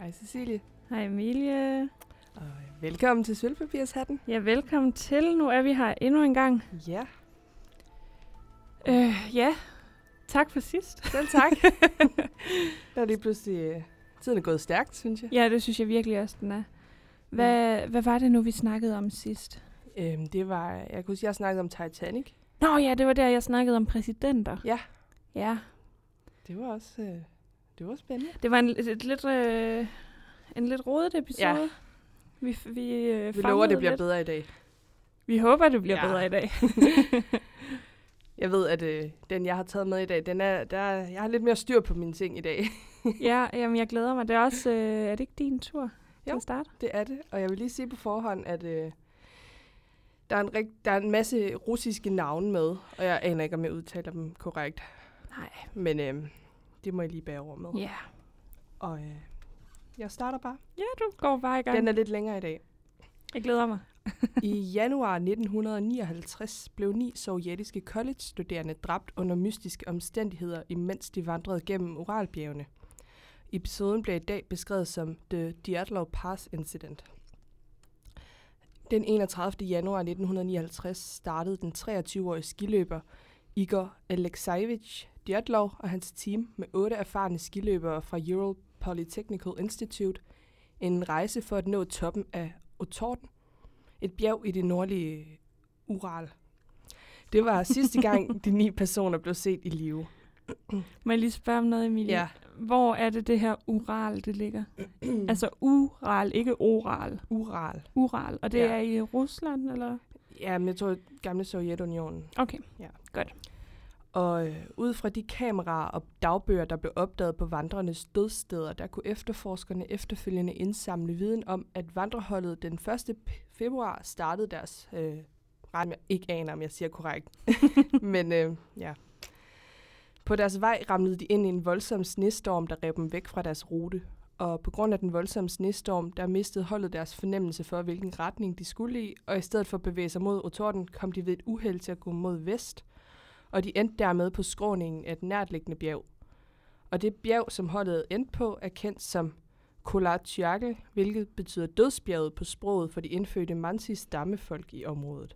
Hej Cecilie. Hej Emilie. Og velkommen til Sølvpapirshatten. Ja, velkommen til. Nu er vi her endnu en gang. Ja. Ja, tak for sidst. Selv tak. Der er lige pludselig tiden er gået stærkt, synes jeg. Ja, det synes jeg virkelig også, den er. Hvad var det nu, vi snakkede om sidst? Det var, jeg kunne sige, jeg snakkede om Titanic. Nå ja, det var der, jeg snakkede om præsidenter. Ja. Ja. Det var også det var spændende. Det var en lidt rodet episode. Ja. Vi lover, det bliver bedre i dag. Vi håber, det bliver bedre i dag. Jeg ved, at den, jeg har taget med i dag, jeg har lidt mere styr på mine ting i dag. Ja, jamen, jeg glæder mig. Det er også, er det ikke din tur til at starte? Det er det. Og jeg vil lige sige på forhånd, at der er en masse russiske navne med, og jeg aner ikke, om jeg udtaler dem korrekt. Nej. Men det må jeg lige bære over med. Ja. Og jeg starter bare. Ja, du går bare i gang. Den er lidt længere i dag. Jeg glæder mig. I januar 1959 blev 9 sovjetiske college-studerende dræbt under mystiske omstændigheder, imens de vandrede gennem Uralbjergene. Episoden blev i dag beskrevet som The Dyatlov Pass Incident. Den 31. januar 1959 startede den 23-årige skiløber Igor Alexeyevich Dyatlov og hans team med 8 erfarne skiløbere fra Ural Polytechnical Institute en rejse for at nå toppen af Otorden, et bjerg i det nordlige Ural. Det var sidste gang, de 9 personer blev set i live. Må jeg lige spørge om noget, Emilie? Ja. Hvor er det her Ural, det ligger? Altså Ural, ikke oral. Ural. Ural. Og det er i Rusland, eller? Ja, men jeg tror, gamle Sovjetunionen. Okay, ja. Godt. Og ud fra de kameraer og dagbøger, der blev opdaget på vandrernes dødssteder, der kunne efterforskerne efterfølgende indsamle viden om, at vandreholdet den 1. februar startede deres... jeg ikke aner, om jeg siger korrekt. Men ja. På deres vej ramlede de ind i en voldsom snestorm, der rev dem væk fra deres rute. Og på grund af den voldsomme snestorm, der mistede holdet deres fornemmelse for, hvilken retning de skulle i, og i stedet for at bevæge sig mod Otorden, kom de ved et uheld til at gå mod vest, og de endte dermed på skråningen af et nærtliggende bjerg. Og det bjerg, som holdet endte på, er kendt som Kolatjagel, hvilket betyder dødsbjerget på sproget for de indfødte Mansis stammefolk i området.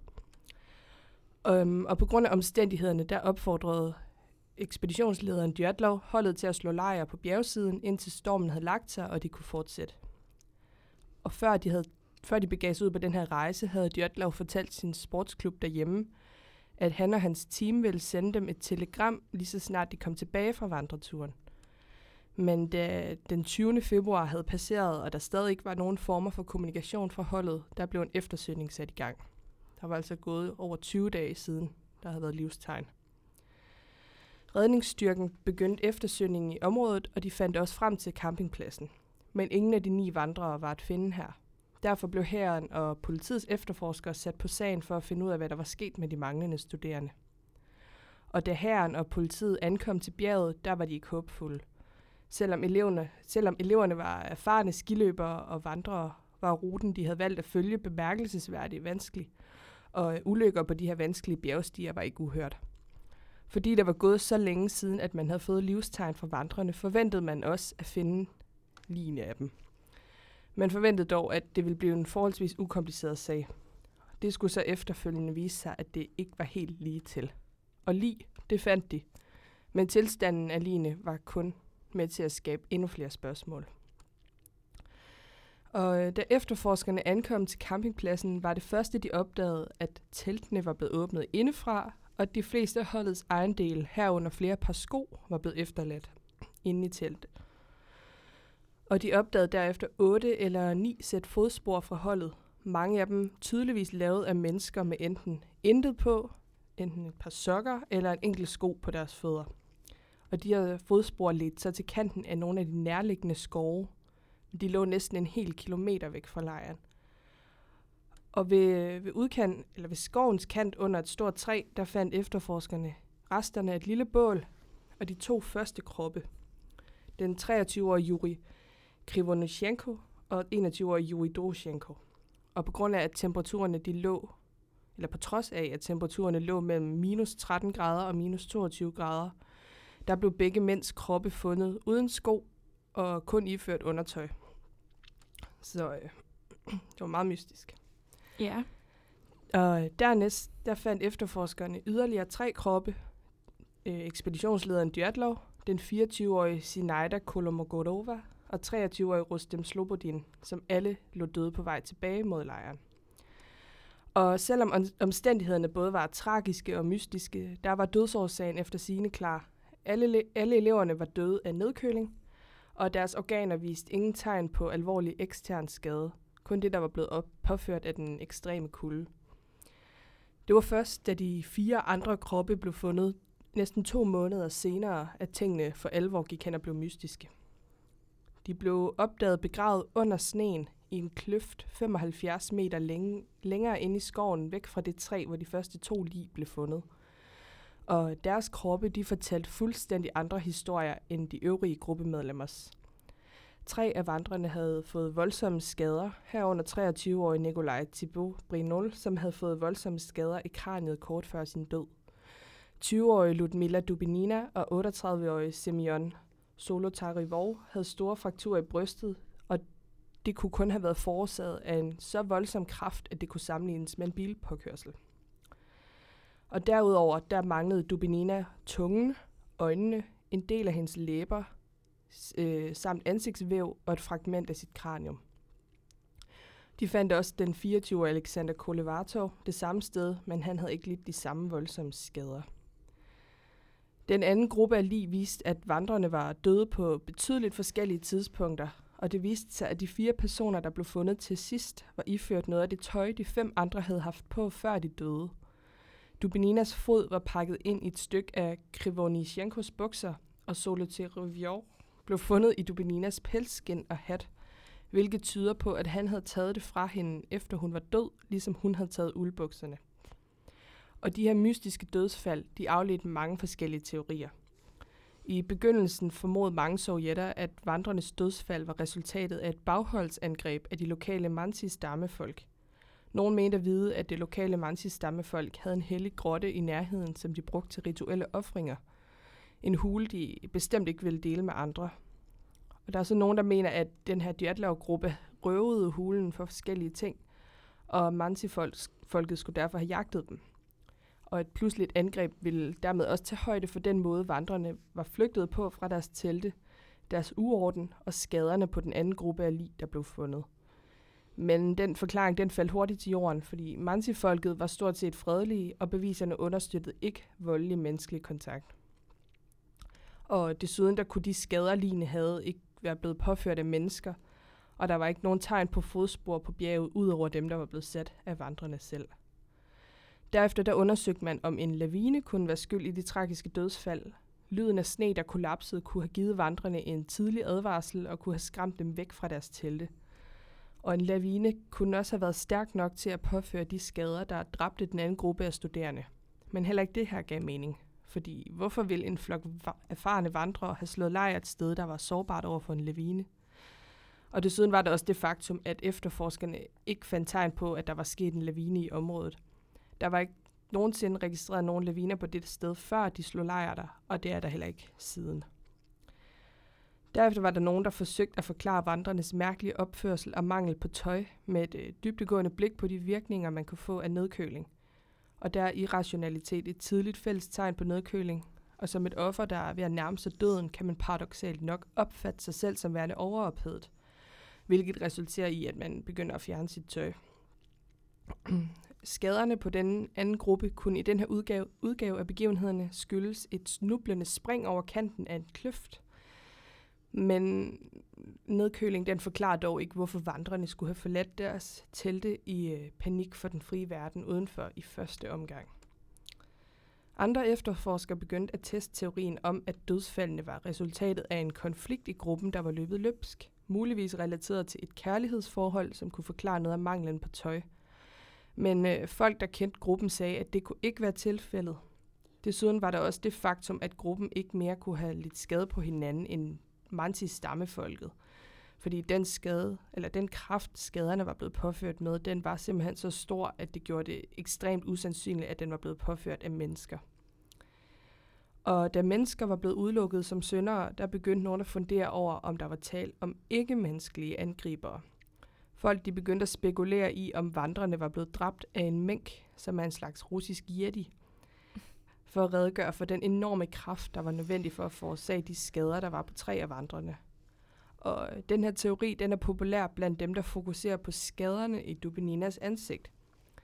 Og på grund af omstændighederne, der opfordrede ekspeditionslederen Dyatlov holdet til at slå lejr på bjergsiden, indtil stormen havde lagt sig, og de kunne fortsætte. Og før de begav sig ud på den her rejse, havde Dyatlov fortalt sin sportsklub derhjemme, at han og hans team ville sende dem et telegram, lige så snart de kom tilbage fra vandreturen. Men da den 20. februar havde passeret, og der stadig ikke var nogen former for kommunikation fra holdet, der blev en eftersøgning sat i gang. Der var altså gået over 20 dage siden, der havde været livstegn. Redningsstyrken begyndte eftersøgningen i området, og de fandt også frem til campingpladsen. Men ingen af de 9 vandrere var at finde her. Derfor blev hæren og politiets efterforskere sat på sagen for at finde ud af, hvad der var sket med de manglende studerende. Og da hæren og politiet ankom til bjerget, der var de ikke håbfulde. Selvom eleverne var erfarne skiløbere og vandrere, var ruten, de havde valgt at følge, bemærkelsesværdigt vanskelig. Og ulykker på de her vanskelige bjergstier var ikke uhørt. Fordi der var gået så længe siden, at man havde fået livstegn fra vandrerne, forventede man også at finde ligene af dem. Man forventede dog, at det ville blive en forholdsvis ukompliceret sag. Det skulle så efterfølgende vise sig, at det ikke var helt lige til. Og det fandt de. Men tilstanden af ligene var kun med til at skabe endnu flere spørgsmål. Og da efterforskerne ankom til campingpladsen, var det første, de opdagede, at teltene var blevet åbnet indefra, og at de fleste af holdets ejendele, herunder flere par sko, var blevet efterladt inde i teltet. Og de opdagede derefter 8 eller 9 sæt fodspor fra holdet. Mange af dem tydeligvis lavet af mennesker med enten intet på, enten et par sokker eller en enkelt sko på deres fødder. Og de her fodspor ledte så til kanten af nogle af de nærliggende skove. De lå næsten en hel kilometer væk fra lejren. Og ved skovens kant under et stort træ, der fandt efterforskerne resterne af et lille bål og de 2 første kroppe. Den 23-årige Yuri Krivonyshenko og 21-årige Yuri Doroshenko. Og på trods af, at temperaturerne lå mellem minus 13 grader og minus 22 grader, der blev begge mænds kroppe fundet uden sko og kun iført undertøj. Så det var meget mystisk. Ja. Og dernæst, der fandt efterforskerne yderligere 3 kroppe. Ekspeditionslederen Djatlov, den 24-årige Zinaida Kolmogorova og 23-årige Rustem Slobodin, som alle lå døde på vej tilbage mod lejren. Og selvom omstændighederne både var tragiske og mystiske, der var dødsårsagen efter sigende klar. Alle eleverne var døde af nedkøling, og deres organer viste ingen tegn på alvorlig ekstern skade. Kun det, der var blevet påført af den ekstreme kulde. Det var først, da de 4 andre kroppe blev fundet næsten 2 måneder senere, at tingene for alvor gik hen og blev mystiske. De blev opdaget begravet under sneen i en kløft 75 meter længere inde i skoven, væk fra det træ, hvor de første 2 lig blev fundet. Og deres kroppe, de fortalte fuldstændig andre historier end de øvrige gruppemedlemmers. 3 af vandrene havde fået voldsomme skader, herunder 23-årige Nikolaj Thibault Brinol, som havde fået voldsomme skader i kraniet kort før sin død. 20-årige Ludmila Dubinina og 38-årige Semyon Solotarivov havde store frakturer i brystet, og det kunne kun have været forårsaget af en så voldsom kraft, at det kunne sammenlignes med en bilpåkørsel. Og derudover, der manglede Dubinina tungen, øjnene, en del af hendes læber, samt ansigtsvæv og et fragment af sit kranium. De fandt også den 24-årige Alexander Kolevatov det samme sted, men han havde ikke lidt de samme voldsomme skader. Den anden gruppe af lig viste, at vandrerne var døde på betydeligt forskellige tidspunkter, og det viste sig, at de 4 personer, der blev fundet til sidst, var iført noget af det tøj, de 5 andre havde haft på, før de døde. Dubininas fod var pakket ind i et stykke af Krivonisjenkos bukser, og Solotaryov blev fundet i Dubininas pelsskin og hat, hvilket tyder på, at han havde taget det fra hende, efter hun var død, ligesom hun havde taget uldbukserne. Og de her mystiske dødsfald, de afledte mange forskellige teorier. I begyndelsen formodede mange sovjetter, at vandrernes dødsfald var resultatet af et bagholdsangreb af de lokale Mansi-stammefolk. Nogle mente at vide, at det lokale Mansi-stammefolk havde en hellig grotte i nærheden, som de brugte til rituelle ofringer. En hule, de bestemt ikke ville dele med andre. Og der er så nogen, der mener, at den her Djatlov-gruppe røvede hulen for forskellige ting, og Mansi-folket skulle derfor have jagtet dem. Og et pludseligt angreb ville dermed også tage højde for den måde, vandrerne var flygtet på fra deres telte, deres uorden og skaderne på den anden gruppe af lig, der blev fundet. Men den forklaring, den faldt hurtigt til jorden, fordi Mansi-folket var stort set fredelige, og beviserne understøttede ikke voldelig menneskelig kontakt. Og desuden, der kunne de skader, ligene havde, ikke være blevet påført af mennesker, og der var ikke nogen tegn på fodspor på bjerget, ud over dem, der var blevet sat af vandrene selv. Derefter der undersøgte man, om en lavine kunne være skyld i de tragiske dødsfald. Lyden af sne, der kollapsede, kunne have givet vandrene en tidlig advarsel og kunne have skræmt dem væk fra deres telte. Og en lavine kunne også have været stærk nok til at påføre de skader, der dræbte den anden gruppe af studerende. Men heller ikke det her gav mening. Fordi hvorfor ville en flok erfarne vandrere have slået lejr et sted, der var sårbart over for en lavine? Og desuden var der også det faktum, at efterforskerne ikke fandt tegn på, at der var sket en lavine i området. Der var ikke nogensinde registreret nogen laviner på dette sted, før de slog lejr der, og det er der heller ikke siden. Derefter var der nogen, der forsøgte at forklare vandrernes mærkelige opførsel og mangel på tøj med et dybdegående blik på de virkninger, man kunne få af nedkøling. Og der er irrationalitet et tidligt fælles tegn på nedkøling, og som et offer, der er ved at nærme sig døden, kan man paradoksalt nok opfatte sig selv som værende overophedet, hvilket resulterer i, at man begynder at fjerne sit tøj. Skaderne på den anden gruppe kunne i den her udgave af begivenhederne skyldes et snublende spring over kanten af en kløft. Men nedkøling den forklarer dog ikke, hvorfor vandrerne skulle have forladt deres telte i panik for den frie verden udenfor i første omgang. Andre efterforskere begyndte at teste teorien om, at dødsfaldene var resultatet af en konflikt i gruppen, der var løbet løbsk, muligvis relateret til et kærlighedsforhold, som kunne forklare noget af manglen på tøj. Men folk, der kendte gruppen, sagde, at det kunne ikke være tilfældet. Desuden var der også det faktum, at gruppen ikke mere kunne have lidt skade på hinanden end Mansi-stammefolket. Fordi den skade, eller den kraft, skaderne var blevet påført med, den var simpelthen så stor, at det gjorde det ekstremt usandsynligt, at den var blevet påført af mennesker. Og da mennesker var blevet udelukket som syndere, der begyndte nogen at fundere over, om der var tale om ikke-menneskelige angribere. Folk de begyndte at spekulere i, om vandrerne var blevet dræbt af en mink, som er en slags russisk yeti, for at redegøre for den enorme kraft, der var nødvendig for at forårsage de skader, der var på 3 af vandrene. Og den her teori, den er populær blandt dem, der fokuserer på skaderne i Dubininas ansigt.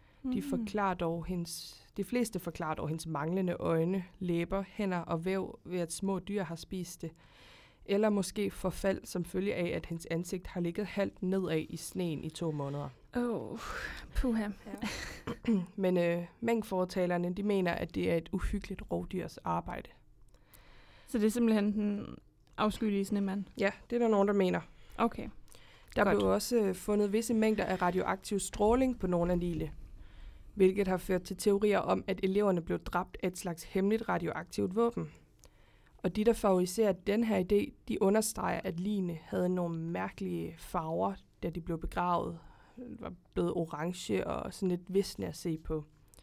De fleste forklarer dog hendes manglende øjne, læber, hænder og væv ved, at små dyr har spist det. Eller måske forfald som følge af, at hendes ansigt har ligget halvt nedad i sneen i 2 måneder. Puha. Ja. Men mængdefortalerne, de mener, at det er et uhyggeligt rovdyrs arbejde. Så det er simpelthen den afskyelige snemand? Ja, det er der nogen, der mener. Okay. Der blev også fundet visse mængder af radioaktiv stråling på nogle af ligene, hvilket har ført til teorier om, at eleverne blev dræbt af et slags hemmeligt radioaktivt våben. Og de, der favoriserer den her idé, de understreger, at ligene havde nogle mærkelige farver, da de blev begravet. Det var blevet orange og sådan lidt visne at se på.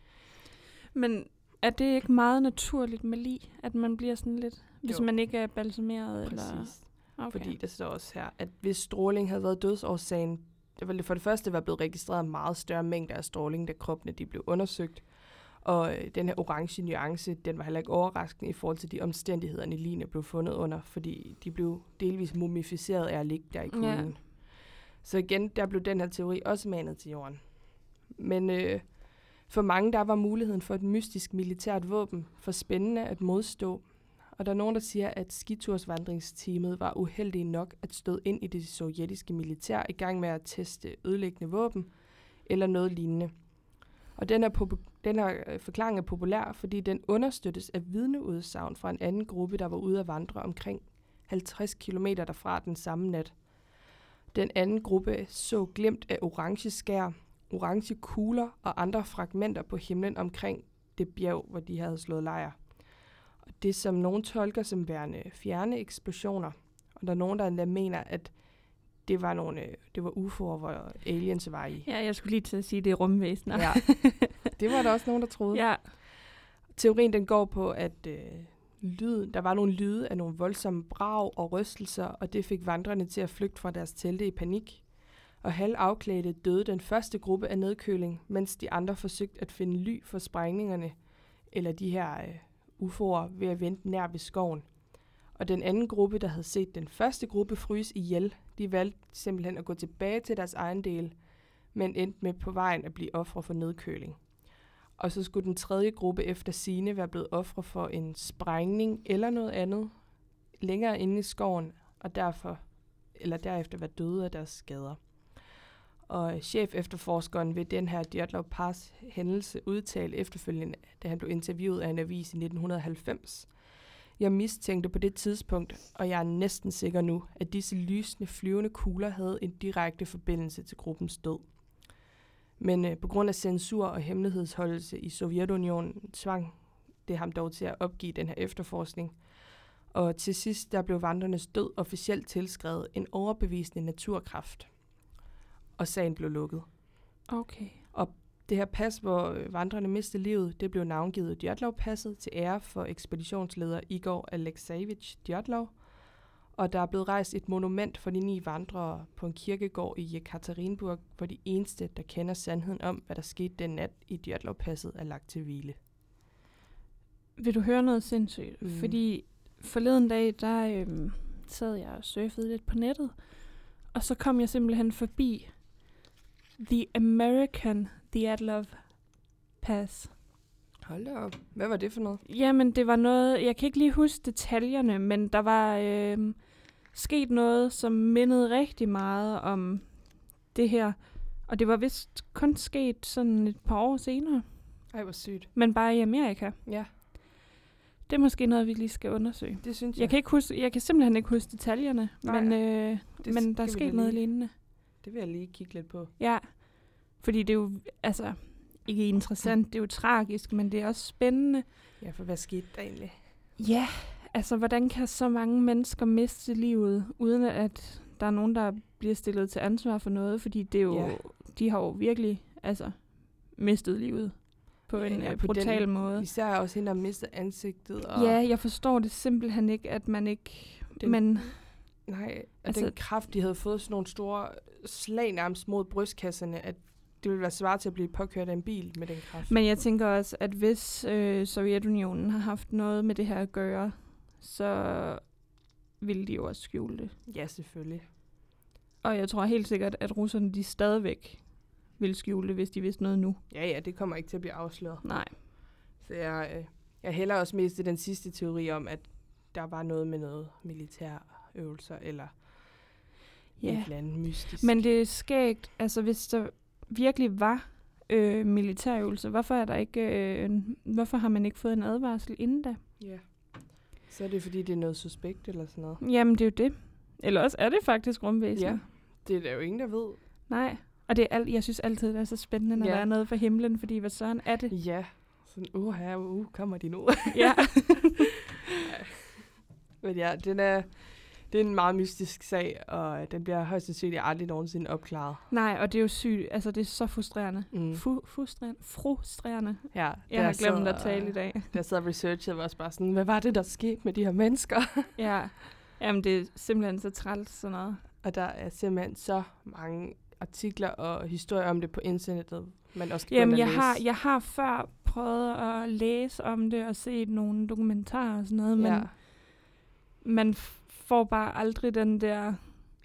Men er det ikke meget naturligt med lig, at man bliver sådan lidt, hvis Jo. man ikke er balsameret? Præcis. Eller? Okay. Fordi der står også her, at hvis stråling havde været dødsårsagen, det var for det første var blevet registreret meget større mængder af stråling, da kroppene de blev undersøgt. Og den her orange nuance, den var heller ikke overraskende i forhold til de omstændigheder, ligene blev fundet under, fordi de blev delvis mumificeret af at ligge der i kulden. Ja. Så igen, der blev den her teori også manet til jorden. Men for mange, der var muligheden for et mystisk militært våben for spændende at modstå. Og der er nogen, der siger, at skitursvandringsteamet var uheldige nok at støde ind i det sovjetiske militær i gang med at teste ødelæggende våben eller noget lignende. Og den her forklaring er populær, fordi den understøttes af vidneudsagn fra en anden gruppe, der var ude at vandre omkring 50 km derfra den samme nat. Den anden gruppe så glimt af orange skær, orange kugler og andre fragmenter på himlen omkring det bjerg, hvor de havde slået lejr. Og det, som nogen tolker som værende fjerne eksplosioner, og der er nogen, der mener, at det var UFO'er, hvor aliens var i. Ja, jeg skulle lige til at sige, at det er rumvæsener. Ja, det var der også nogen, der troede. Ja. Teorien den går på, at der var nogle lyde af nogle voldsomme brag og rystelser, og det fik vandrerne til at flygte fra deres telte i panik. Og halvafklædte døde den første gruppe af nedkøling, mens de andre forsøgte at finde ly for sprængningerne, eller de her UFO'er, ved at vente nær ved skoven. Og den anden gruppe, der havde set den første gruppe fryse ihjel, de valgte simpelthen at gå tilbage til deres egen del, men endte med på vejen at blive ofre for nedkøling. Og så skulle den tredje gruppe efter sigende være blevet ofre for en sprængning eller noget andet længere inde i skoven, og derefter være døde af deres skader. Og chef efterforskeren ved den her Dyatlov Pass hændelse udtalte efterfølgende, da han blev interviewet af en avis i 1990. Jeg mistænkte på det tidspunkt, og jeg er næsten sikker nu, at disse lysende flyvende kugler havde en direkte forbindelse til gruppens død. Men på grund af censur og hemmelighedsholdelse i Sovjetunionen tvang det ham dog til at opgive den her efterforskning. Og til sidst der blev vandrernes død officielt tilskrevet en overbevisende naturkraft. Og sagen blev lukket. Okay. Og det her pas, hvor vandrerne mistede livet, det blev navngivet Dyatlov-passet til ære for ekspeditionsleder Igor Alexeyevich Dyatlov. Og der er blevet rejst et monument for de 9 vandrere på en kirkegård i Jekaterinburg, hvor de eneste, der kender sandheden om, hvad der skete den nat i Dyatlov-passet, er lagt til hvile. Vil du høre noget sindssygt? Fordi forleden dag, der sad jeg og surfede lidt på nettet, og så kom jeg simpelthen forbi The American Dyatlov Pass. Hold da op. Hvad var det for noget? Jamen, det var noget, jeg kan ikke lige huske detaljerne, men der var sket noget, som mindede rigtig meget om det her. Og det var vist kun sket sådan et par år senere. Ej, hvor sygt. Men bare i Amerika. Ja. Det er måske noget, vi lige skal undersøge. Det synes jeg. Jeg kan simpelthen ikke huske detaljerne, men der er sket noget lignende. Det vil jeg lige kigge lidt på. Ja, fordi det er jo, altså, ikke interessant, det er jo tragisk, men det er også spændende. Ja, for hvad skete der egentlig? Ja, altså, hvordan kan så mange mennesker miste livet, uden at der er nogen, der bliver stillet til ansvar for noget? Fordi det er jo, de har jo virkelig, altså, mistet livet på en brutal måde. Især også hende, der mistet ansigtet. Og ja, jeg forstår det simpelthen ikke, at man ikke... Nej, Altså- den kraft, de havde fået sådan nogle store slag nærmest mod brystkasserne, at det ville være svært til at blive påkørt af en bil med den kraft. Men jeg tænker også, at hvis Sovjetunionen har haft noget med det her at gøre, så ville de jo også skjule det. Ja, selvfølgelig. Og jeg tror helt sikkert, at russerne de stadigvæk ville skjule det, hvis de vidste noget nu. Ja, det kommer ikke til at blive afsløret. Nej. Så jeg hælder også mest i den sidste teori om, at der var noget med noget militærøvelser, eller et eller andet mystisk. Men det er skægt, altså hvis der virkelig var militærøvelser, hvorfor har man ikke fået en advarsel inden da? Ja. Så er det, fordi det er noget suspekt eller sådan noget. Jamen, det er jo det. Eller også er det faktisk rumvæsener. Ja, det er der jo ingen, der ved. Nej, og det er jeg synes altid, det er så spændende, når der er noget fra himlen, fordi hvad sådan er det? Ja, sådan, kommer de nu. Ja. Men ja, det er en meget mystisk sag, og den bliver højst sandsynligt aldrig nogensinde opklaret. Nej, og det er jo sygt. Altså, det er så frustrerende. Mm. Frustrerende. Ja, Jeg har glemt at tale i dag. Da jeg sad og researchede, var også bare sådan, hvad var det, der skete med de her mennesker? Ja, jamen det er simpelthen så træls sådan noget. Og der er simpelthen så mange artikler og historier om det på internettet, man også kan Jamen, gå ind og læse. jeg har før prøvet at læse om det og set nogle dokumentarer og sådan noget, men man får bare aldrig den der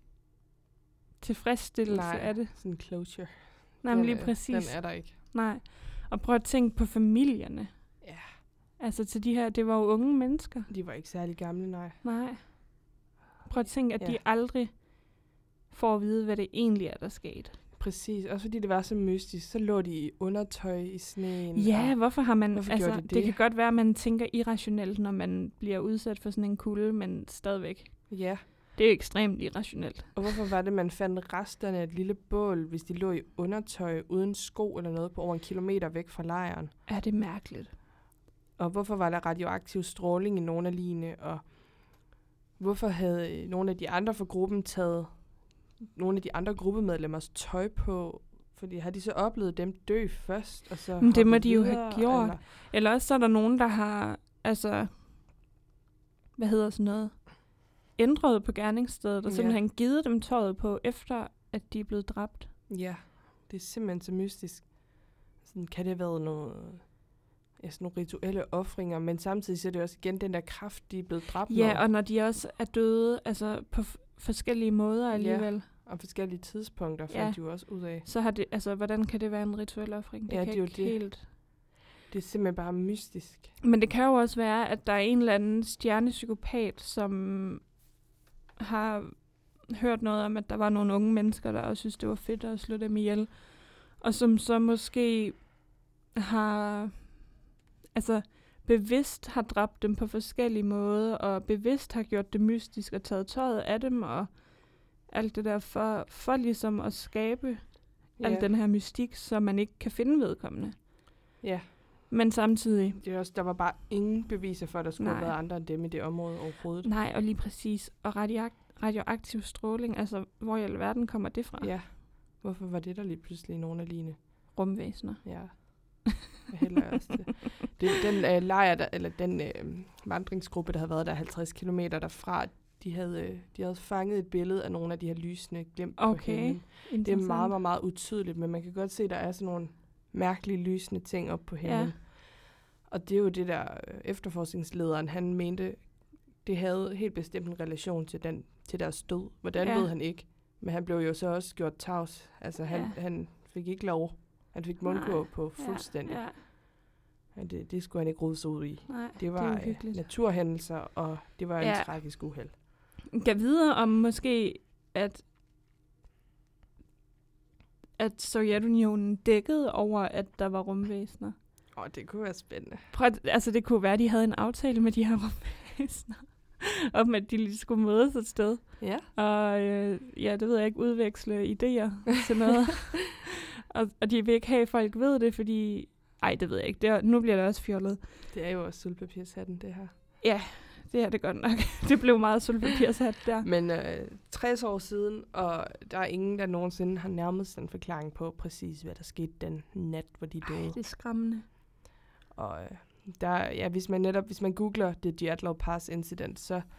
tilfredsstillelse af det. Sådan closure. Nej, men lige præcis. Den er der ikke. Nej. Og prøv at tænke på familierne. Ja. Altså til de her, det var jo unge mennesker. De var ikke særlig gamle, nej. Nej. Prøv at tænke, at de aldrig får at vide, hvad det egentlig er, der skete. Præcis. Også fordi det var så mystisk. Så lå de i undertøj i sneen. Ja, hvorfor har man... Hvorfor altså, gjorde de det? Det kan godt være, at man tænker irrationelt, når man bliver udsat for sådan en kulde, men stadigvæk. Ja. Det er ekstremt irrationelt. Og hvorfor var det, man fandt resterne af et lille bål, hvis de lå i undertøj uden sko eller noget på over 1 kilometer væk fra lejren? Er det mærkeligt? Og hvorfor var der radioaktiv stråling i nogle af ligene? Og hvorfor havde nogle af de andre fra gruppen taget nogle af de andre gruppemedlemmers tøj på? Fordi har de så oplevet dem dø først? Og så men det må de jo videre, have gjort. Eller også så er der nogen, der har, altså, hvad hedder sådan noget, ændret på gerningsstedet, og simpelthen givet dem tøjet på, efter at de er blevet dræbt. Ja, det er simpelthen så mystisk. Sådan, kan det have været nogle rituelle ofringer, men samtidig så er det også igen den der kraft, de er blevet dræbt med. Ja, og når de også er døde, altså på forskellige måder alligevel. Ja, og forskellige tidspunkter fandt de jo også ud af. Så har det, altså, hvordan kan det være en rituel ofring? Det er jo det. Helt. Det er simpelthen bare mystisk. Men det kan jo også være, at der er en eller anden stjernepsykopat, som har hørt noget om, at der var nogle unge mennesker, der også synes, det var fedt at slå dem ihjel. Og som så måske har bevidst har dræbt dem på forskellige måder, og bevidst har gjort det mystisk og taget tøjet af dem, og alt det der for ligesom at skabe al den her mystik, så man ikke kan finde vedkommende. Ja. Men samtidig... Det er også, der var bare ingen beviser for, at der skulle have været andre end dem i det område overhovedet. Nej, og lige præcis. Og radioaktiv stråling, altså hvor i alverden kommer det fra? Ja. Hvorfor var det der lige pludselig nogle af ligene? Rumvæsener. Ja. Jeg hælder også til. Den lejr, eller den vandringsgruppe, der havde været der 50 kilometer derfra, de havde fanget et billede af nogle af de her lysende glimt på himlen. Det er meget, meget, meget utydeligt, men man kan godt se, at der er sådan nogle mærkelige lysende ting op på himlen. Ja. Og det er jo det der efterforskningslederen, han mente, det havde helt bestemt en relation til deres død. Hvordan ved han ikke? Men han blev jo så også gjort tavs. Altså han fik ikke lov. Han fik mundkurv på fuldstændig. Ja. Ja, det skulle han ikke rode sig ud i. Nej, det var naturhændelser, og det var en tragisk uheld. Kan videre om måske, at Sovjetunionen dækkede over, at der var rumvæsener. Det kunne være spændende. Det kunne være, at de havde en aftale med de her rumvæsener, om at de lige skulle mødes et sted. Ja. Og det ved jeg ikke, udveksle idéer til noget. og de vil ikke have, at folk ved det, fordi... Ej, det ved jeg ikke. Nu bliver det også fjollet. Det er jo også sølvpapirshatten, det her. Ja, det er det godt nok. Det blev meget sølvpapirshat der. Men 60 år siden, og der er ingen, der nogensinde har nærmet en forklaring på præcis, hvad der skete den nat, hvor de døde. Det er skræmmende. Og hvis man googler The Dyatlov Pass Incident, så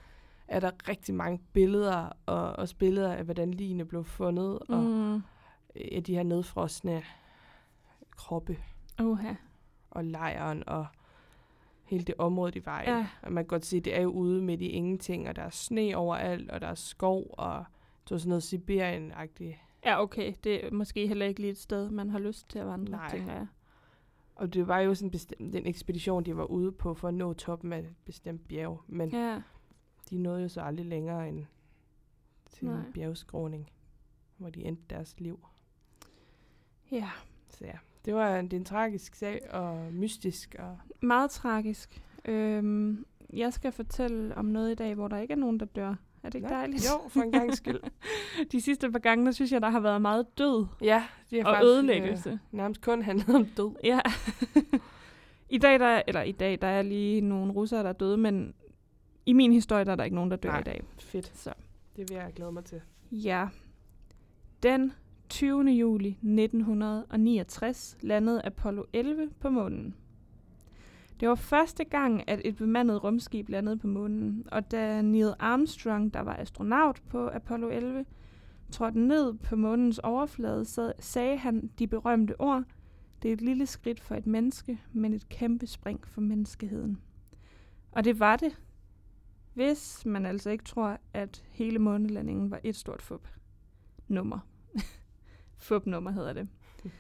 er der rigtig mange billeder, og også billeder af, hvordan ligene blev fundet, og af de her nedfrosne kroppe, og lejren, og hele det område, de var i. Ja. Og man kan godt se, at det er jo ude midt i ingenting, og der er sne overalt, og der er skov, og det var sådan noget Sibirien-agtigt. Ja, okay. Det er måske heller ikke lige et sted, man har lyst til at vandre, tænker jeg. Og det var jo sådan den ekspedition, de var ude på for at nå toppen af et bestemt bjerg. Men de nåede jo så aldrig længere end til en bjergskråning, hvor de endte deres liv. Ja. Så ja, det er en tragisk sag, og mystisk. Og meget tragisk. Jeg skal fortælle om noget i dag, hvor der ikke er nogen, der dør. Er det ikke dejligt? Jo, for en gangs skyld. De sidste par gange, der synes jeg, der har været meget død. Ja, det er og faktisk ødelæggelse. Nærmest kun handlet om død. Ja. I dag, der er lige nogle russere, der er døde, men i min historie, der er der ikke nogen, der dør i dag. Fedt. Så det vil jeg glæde mig til. Ja. Den 20. juli 1969 landede Apollo 11 på månen. Det var første gang, at et bemandet rumskib landede på månen, og da Neil Armstrong, der var astronaut på Apollo 11, trådte ned på månens overflade, så sagde han de berømte ord: "Det er et lille skridt for et menneske, men et kæmpe spring for menneskeheden." Og det var det, hvis man altså ikke tror, at hele månelandingen var et stort fup-nummer. Fup-nummer hedder det.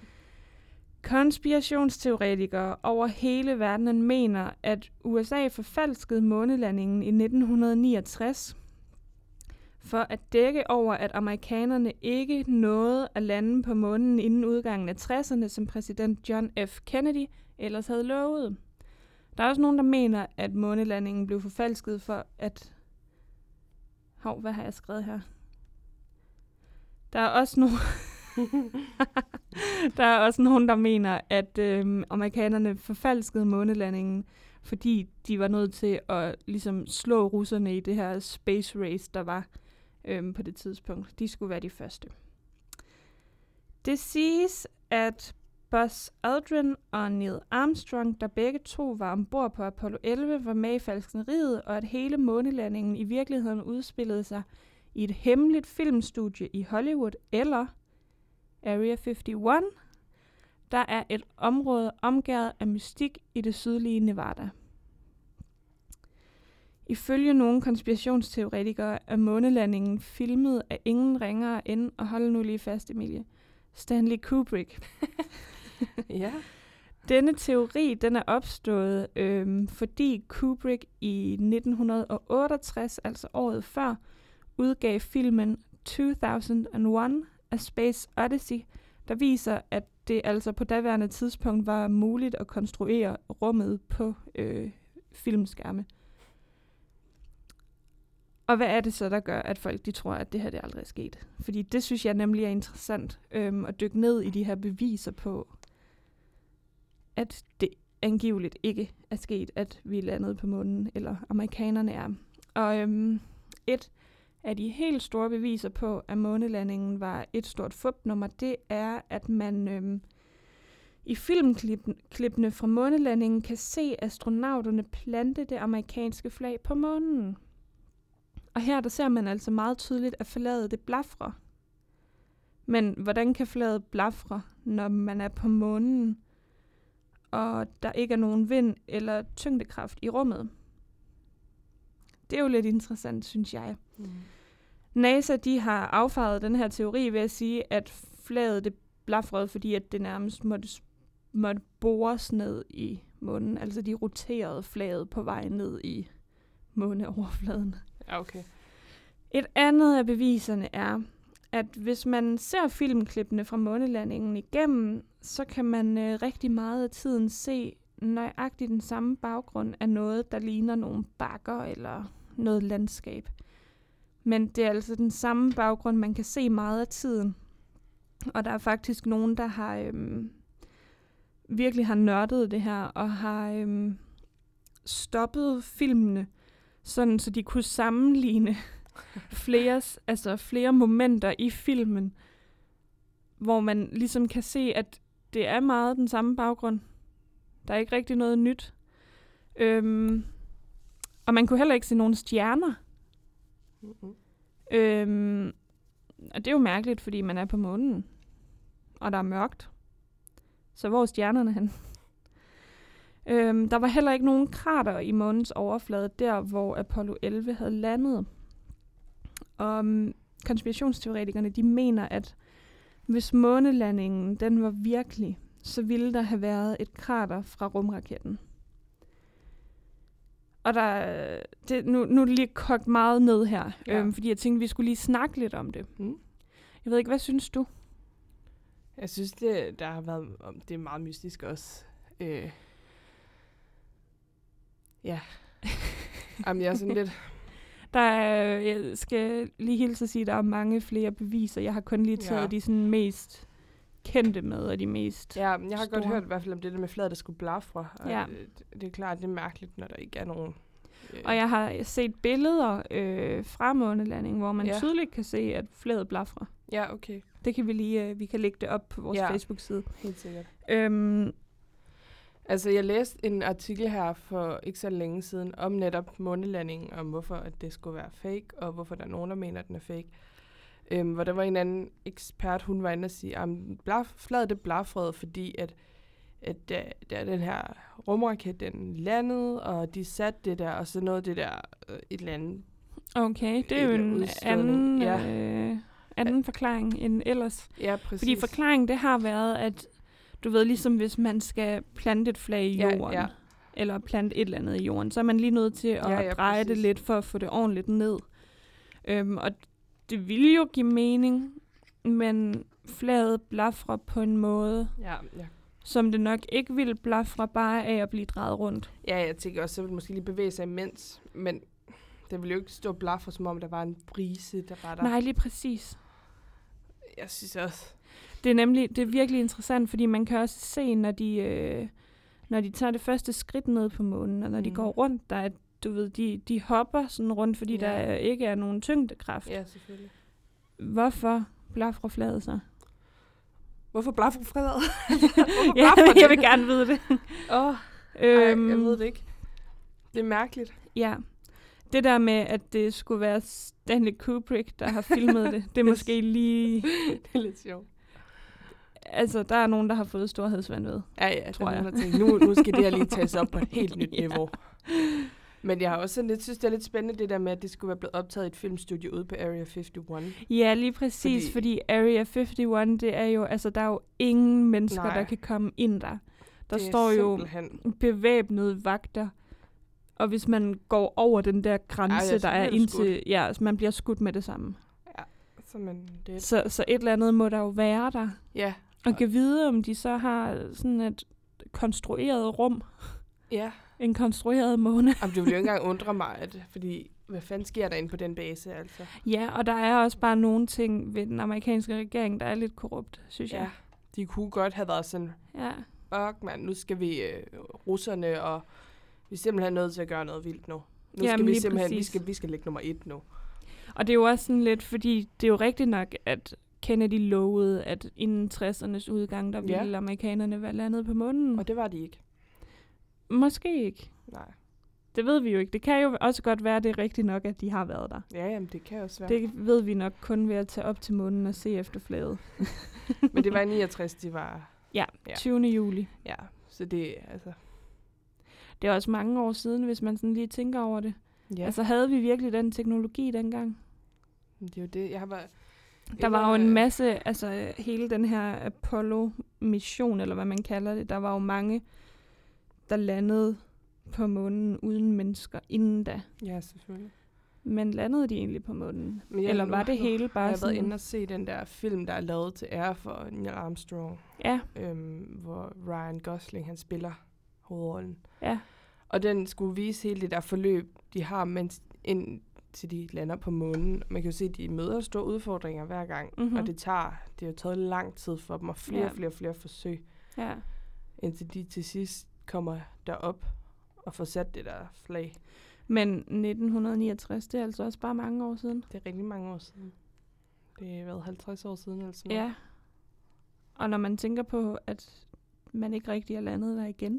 Konspirationsteoretikere over hele verden mener, at USA forfalskede månelandingen i 1969 for at dække over, at amerikanerne ikke nåede at lande på månen inden udgangen af 60'erne, som præsident John F. Kennedy ellers havde lovet. Der er også nogen, der mener, at månelandingen blev forfalsket for at... hvad har jeg skrevet her? Der er også nogen, der mener, at amerikanerne forfalskede månelandingen, fordi de var nødt til at ligesom slå russerne i det her space race, der var på det tidspunkt. De skulle være de første. Det siges, at Buzz Aldrin og Neil Armstrong, der begge to var ombord på Apollo 11, var med i falskneriet, og at hele månelandingen i virkeligheden udspillede sig i et hemmeligt filmstudie i Hollywood, eller Area 51, der er et område omgærdet af mystik i det sydlige Nevada. Ifølge nogle konspirationsteoretikere er månelandingen filmet af ingen ringere end, og hold nu lige fast, Emilie, Stanley Kubrick. Ja. Denne teori, den er opstået, fordi Kubrick i 1968, altså året før, udgav filmen 2001: A Space Odyssey, der viser, at det altså på daværende tidspunkt var muligt at konstruere rummet på filmskærme. Og hvad er det så, der gør, at folk de tror, at det her det aldrig er sket? Fordi det synes jeg nemlig er interessant at dykke ned i de her beviser på, at det angiveligt ikke er sket, at vi er landet på månen, eller amerikanerne er. Og et af de helt store beviser på, at månelandingen var et stort fup-nummer, det er, at man i filmklippene fra månelandingen kan se astronauterne plante det amerikanske flag på månen. Og her der ser man altså meget tydeligt, at flaget det blafrer. Men hvordan kan flaget blafre, når man er på månen, og der ikke er nogen vind eller tyngdekraft i rummet? Det er jo lidt interessant, synes jeg. NASA, de har affejet den her teori ved at sige, at flaget det blafrede, fordi at det nærmest måtte bores ned i månen. Altså de roterede flaget på vej ned i måneoverfladen. Okay. Et andet af beviserne er, at hvis man ser filmklippene fra månelandingen igennem, så kan man rigtig meget af tiden se nøjagtigt den samme baggrund af noget, der ligner nogle bakker eller noget landskab. Men det er altså den samme baggrund, man kan se meget af tiden. Og der er faktisk nogen, der har virkelig har nørdet det her, og har stoppet filmene, sådan så de kunne sammenligne flere momenter i filmen, hvor man ligesom kan se, at det er meget den samme baggrund. Der er ikke rigtig noget nyt. Og man kunne heller ikke se nogen stjerner Mm-hmm. Og det er jo mærkeligt, fordi man er på månen, og der er mørkt. Så hvor er stjernerne hen? Der var heller ikke nogen krater i månens overflade, der hvor Apollo 11 havde landet. Og konspirationsteoretikerne, de mener, at hvis månelandingen den var virkelig, så ville der have været et krater fra rumraketten. Og nu er det lige kogt meget ned her, fordi jeg tænkte, vi skulle lige snakke lidt om det. Jeg ved ikke, hvad synes du? Jeg synes, det er meget mystisk også. Ja. Jamen, jeg er sådan lidt... Jeg skal lige hilse at sige, at der er mange flere beviser. Jeg har kun lige taget de sådan mest kendte med, og de mest Ja, jeg har store. godt hørt i hvert fald om det der med flaget, der skulle blafre. Og Ja. det er klart, det er mærkeligt, når der ikke er nogen... Og jeg har set billeder fra månelandingen, hvor man tydeligt kan se, at flaget blafrer. Ja, okay. Det kan vi kan lægge det op på vores Facebook-side. Helt sikkert. Altså, jeg læste en artikel her for ikke så længe siden om netop månelandingen, om hvorfor at det skulle være fake, og hvorfor der er nogen, der mener, at den er fake. Hvor der var en anden ekspert, hun var inde og sige, at flaget det blafrede, fordi at der den her rumraket, den landede, og de satte det der, og så nåede det der et eller andet. Okay, det er jo en anden forklaring end ellers. Ja, præcis. Fordi forklaringen, det har været, at du ved, ligesom hvis man skal plante et flag i jorden, eller plante et eller andet i jorden, så er man lige nødt til at dreje det lidt, for at få det ordentligt ned. Og det ville jo give mening, men flaget blafrer på en måde, som det nok ikke ville blafre bare af at blive drejet rundt. Ja, jeg tænker også, så ville måske lige bevæge sig imens, men det ville jo ikke stå blafre, som om der var en brise, der var der. Nej, lige præcis. Jeg synes også... Det er virkelig interessant, fordi man kan også se, når de tager det første skridt ned på månen, og når de går rundt, der er, du ved, de hopper sådan rundt, fordi der ikke er nogen tyngdekraft. Ja, selvfølgelig. Hvorfor blafrer flaget så? Hvorfor blafrer flaget? Jeg vil gerne vide det. Jeg ved det ikke. Det er mærkeligt. Ja. Det der med, at det skulle være Stanley Kubrick, der har filmet det, det er måske lige... Det er lidt sjovt. Altså, der er nogen, der har fået storhedsvanvid. Ja, tror jeg. Nu skal det her lige tages op på et helt nyt niveau. Men jeg har også lidt, synes, det er lidt spændende, det der med, at det skulle være blevet optaget i et filmstudie ude på Area 51. Ja, lige præcis, fordi Area 51, det er jo, altså, der er jo ingen mennesker, der kan komme ind der. Der står jo bevæbnede vagter, og hvis man går over den der grænse, der er indtil, man bliver skudt med det samme. Ja, så et eller andet må der jo være der. Ja. Og kan vide, om de så har sådan et konstrueret rum. Ja. En konstrueret måne. Jamen, det vil jo ikke engang undre mig, fordi hvad fanden sker der inde på den base, altså? Ja, og der er også bare nogle ting ved den amerikanske regering, der er lidt korrupt, synes jeg. Ja, de kunne godt have været sådan, mand, nu skal vi russerne, og vi er simpelthen nødt til at gøre noget vildt nu. Nu skal vi simpelthen, vi skal ligge nummer 1 nu. Og det er jo også sådan lidt, fordi det er jo rigtigt nok, at Kennedy lovede, at inden 60'ernes udgang, der ville amerikanerne være landet på månen. Og det var de ikke. Måske ikke. Nej. Det ved vi jo ikke. Det kan jo også godt være, det er rigtigt nok, at de har været der. Ja, jamen, det kan også være. Det ved vi nok kun ved at tage op til månen og se efter flaget. Men det var i 69, de var... Ja, 20. juli. Ja, så det altså... Det er også mange år siden, hvis man sådan lige tænker over det. Ja. Altså, havde vi virkelig den teknologi dengang? Det er jo det. Der var jo en masse, altså hele den her Apollo-mission, eller hvad man kalder det, der var jo mange, der landede på månen uden mennesker inden da. Ja, selvfølgelig. Men landede de egentlig på månen? Eller var det hele bare jeg sådan? Jeg har været inde og se den der film, der er lavet til ære for Neil Armstrong. Ja. Hvor Ryan Gosling, han spiller hovedrollen. Ja. Og den skulle vise hele det der forløb, de har, mens til de lander på månen. Man kan jo se, at de møder store udfordringer hver gang, og det har jo taget lang tid for dem, og flere forsøg, indtil de til sidst kommer derop og får sat det der flag. Men 1969, det er altså også bare mange år siden. Det er rigtig mange år siden. Det har været 50 år siden eller sådan noget. Ja. Og når man tænker på, at man ikke rigtig er landet der igen.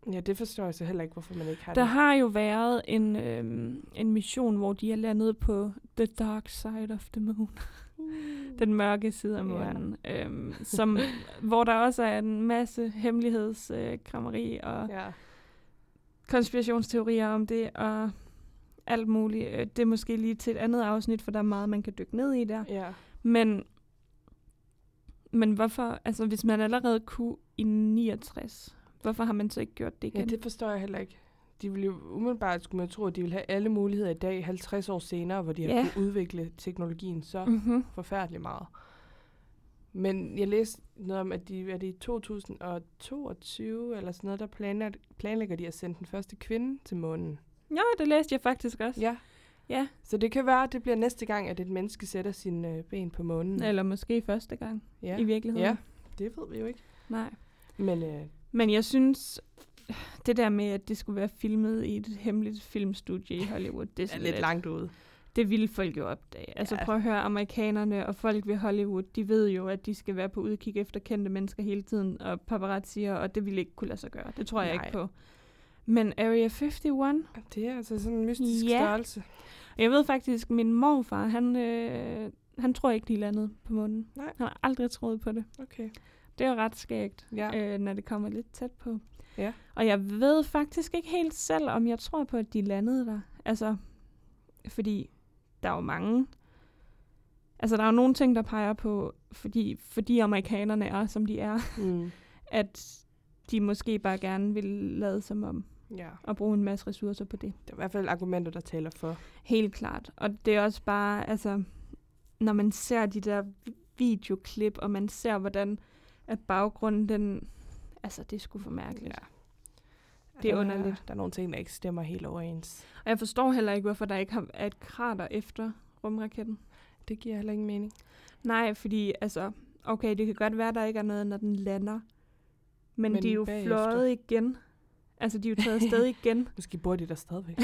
Ja, det forstår jeg så heller ikke, hvorfor man ikke har Der det. har jo været en mission, hvor de er landet på the dark side of the moon. Den mørke side af månen. Hvor der også er en masse hemmelighedskrammeri og konspirationsteorier om det, og alt muligt. Det er måske lige til et andet afsnit, for der er meget, man kan dykke ned i der. Ja. Men hvorfor, altså hvis man allerede kunne i 69, hvorfor har man så ikke gjort det igen? Ja, det forstår jeg heller ikke. De ville jo umiddelbart, skulle man tro, at de ville have alle muligheder i dag, 50 år senere, hvor de har kunne udvikle teknologien så forfærdeligt meget. Men jeg læste noget om, at er det i 2022 eller sådan noget, der planlægger de at sende den første kvinde til månen. Ja, det læste jeg faktisk også. Ja. Så det kan være, at det bliver næste gang, at et menneske sætter sine ben på månen. Eller måske første gang i virkeligheden. Ja, det ved vi jo ikke. Nej. Men jeg synes, det der med, at det skulle være filmet i et hemmeligt filmstudie i Hollywood, det er lidt langt ude. Det ville folk jo opdage. Altså prøv at høre, amerikanerne og folk ved Hollywood, de ved jo, at de skal være på udkig efter kendte mennesker hele tiden, og paparazzier, og det ville ikke kunne lade sig gøre. Det tror jeg ikke på. Men Area 51? Det er altså sådan en mystisk størrelse. Jeg ved faktisk, min morfar, han tror ikke, de landede på månen. Nej. Han har aldrig troet på det. Okay. Det er jo ret skægt, når det kommer lidt tæt på. Ja. Og jeg ved faktisk ikke helt selv, om jeg tror på, at de landede der. Altså, fordi der er jo mange. Altså, der er jo nogle ting, der peger på, fordi amerikanerne er, som de er, at de måske bare gerne vil lade som om og bruge en masse ressourcer på det. Det er i hvert fald argumenter, der taler for. Helt klart. Og det er også bare, altså, når man ser de der videoklip, og man ser, hvordan at baggrunden, den, altså, det er sgu for mærkeligt. Ja. Det er underligt. Der er nogle ting, der ikke stemmer helt overens. Og jeg forstår heller ikke, hvorfor der ikke er et krater efter rumraketten. Det giver heller ingen mening. Nej, fordi, altså, okay, det kan godt være, der ikke er noget, når den lander. Men de er jo fløjet igen. Altså, de er jo taget afsted igen. Måske bor de der stadigvæk.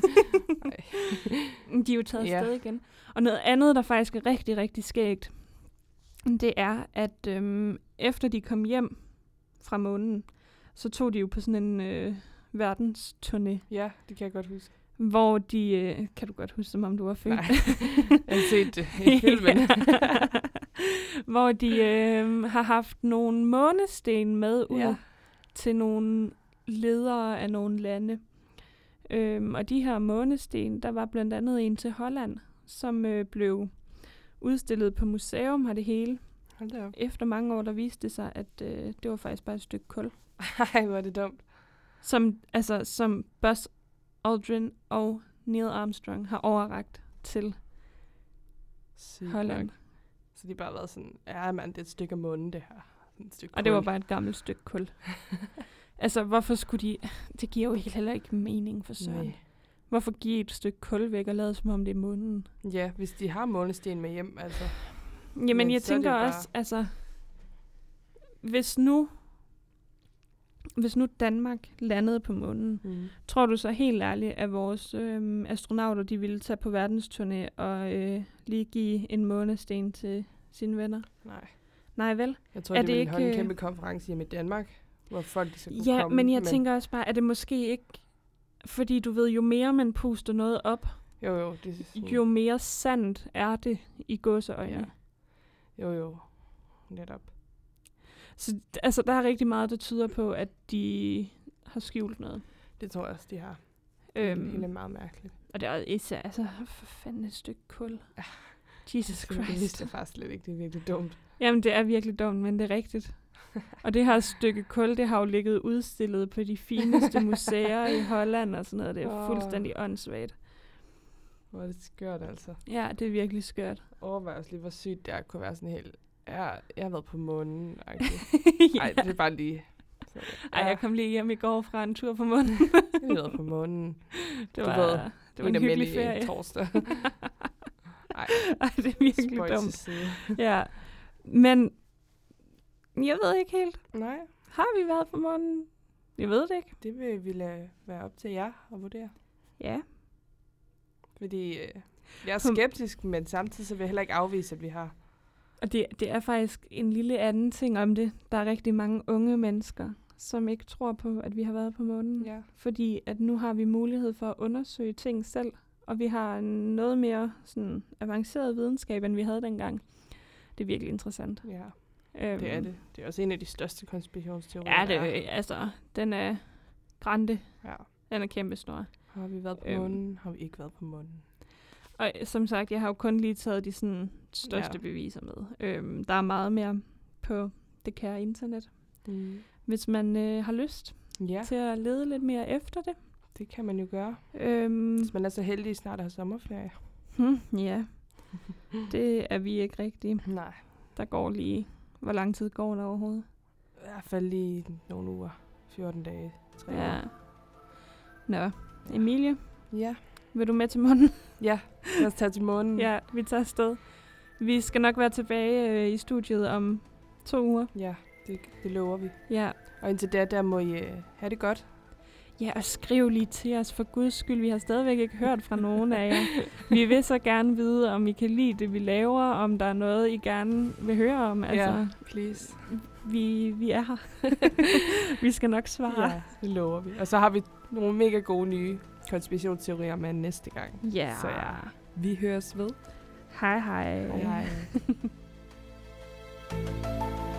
De er jo taget afsted igen. Og noget andet, der faktisk er rigtig, rigtig skægt, det er, at efter de kom hjem fra månen, så tog de jo på sådan en verdensturné. Ja, det kan jeg godt huske. Hvor de... kan du godt huske, som om du var født? Nej, jeg har set det i filmen. Hvor de har haft nogle månesten med ud til nogle ledere af nogle lande. Og de her månesten, der var blandt andet en til Holland, som blev udstillet på museum her det hele. Efter mange år, der viste det sig, at det var faktisk bare et stykke kul. Ej, hvor er det dumt. Som Buzz Aldrin og Neil Armstrong har overrakt til Holland. Så de bare været sådan, ja mand, det er et stykke af månen, det her. Et stykke og det var bare et gammelt stykke kul. Altså, hvorfor skulle de... Det giver jo heller ikke mening for søren. Hvorfor give et stykke kul væk og lade som om det er månen? Ja, hvis de har månesten med hjem, altså. Jamen, jeg tænker også, altså... Hvis nu Danmark landede på månen, tror du så helt ærligt, at vores astronauter, de ville tage på verdensturné og lige give en månesten til sine venner? Nej, vel? Jeg tror, de ville holde en kæmpe konference hjemme i Danmark, hvor folk de så kunne komme. Ja, men jeg tænker også bare, at det måske ikke... Fordi du ved, jo mere man puster noget op, jo mere sandt er det i gåseøjne. Ja. Jo. Netop. Så altså, der er rigtig meget, der tyder på, at de har skjult noget. Det tror jeg også, de har. Det er meget mærkeligt. Og det er især, altså, for fanden et stykke kul. Jesus Christ. Det vidste jeg faktisk slet ikke, det er virkelig dumt. Jamen, det er virkelig dumt, men det er rigtigt. Og det her stykke kul, det har jo ligget udstillet på de fineste museer i Holland og sådan noget. Det er fuldstændig åndssvagt. Hvor er det skørt, altså. Ja, det er virkelig skørt. Overvej også lige, hvor sygt det er at kunne være sådan helt... Jeg har været på månen. Ej, det er bare lige... Så, jeg kom lige hjem i går fra en tur på månen. Jeg har været på månen. Det var en hyggelig ferie. Torsdag. Ej, det er virkelig dumt. Ja, men jeg ved ikke helt. Nej. Har vi været på månen? Jeg ved det ikke. Det vil vi lade være op til jer at vurdere. Ja. Fordi jeg er skeptisk, men samtidig så vil jeg heller ikke afvise, at vi har. Og det er faktisk en lille anden ting om det. Der er rigtig mange unge mennesker, som ikke tror på, at vi har været på månen. Ja. Fordi at nu har vi mulighed for at undersøge ting selv, og vi har noget mere sådan avanceret videnskab, end vi havde dengang. Det er virkelig interessant. Ja, det er det. Det er også en af de største konspirationsteorier. Ja, altså, den er grande. Ja. Den er kæmpestor. Har vi været på månen? Har vi ikke været på månen? Og som sagt, jeg har jo kun lige taget de sådan, største beviser med. Der er meget mere på det kære internet. Hvis man har lyst til at lede lidt mere efter det. Det kan man jo gøre. Hvis man er så heldig snart at have sommerferie. Ja, det er vi ikke rigtigt. Nej. Der går lige... Hvor lang tid går der overhovedet? I hvert fald lige nogle uger. 14 dage. 3 uger. Nå, Emilie? Ja. Vil du med til månen? Ja, lad os tage til månen. Ja, vi tager afsted. Vi skal nok være tilbage i studiet om 2 uger. Ja, det lover vi. Ja. Og indtil der må I have det godt. Ja, og skriv lige til os for guds skyld. Vi har stadigvæk ikke hørt fra nogen af jer. Vi vil så gerne vide, om I kan lide det, vi laver, om der er noget, I gerne vil høre om. Altså, please. Vi er her. Vi skal nok svare. Ja, det lover vi. Og så har vi nogle mega gode nye konspirationsteorier med næste gang. Ja. Så ja, vi høres ved. Hej hej. Hej hej.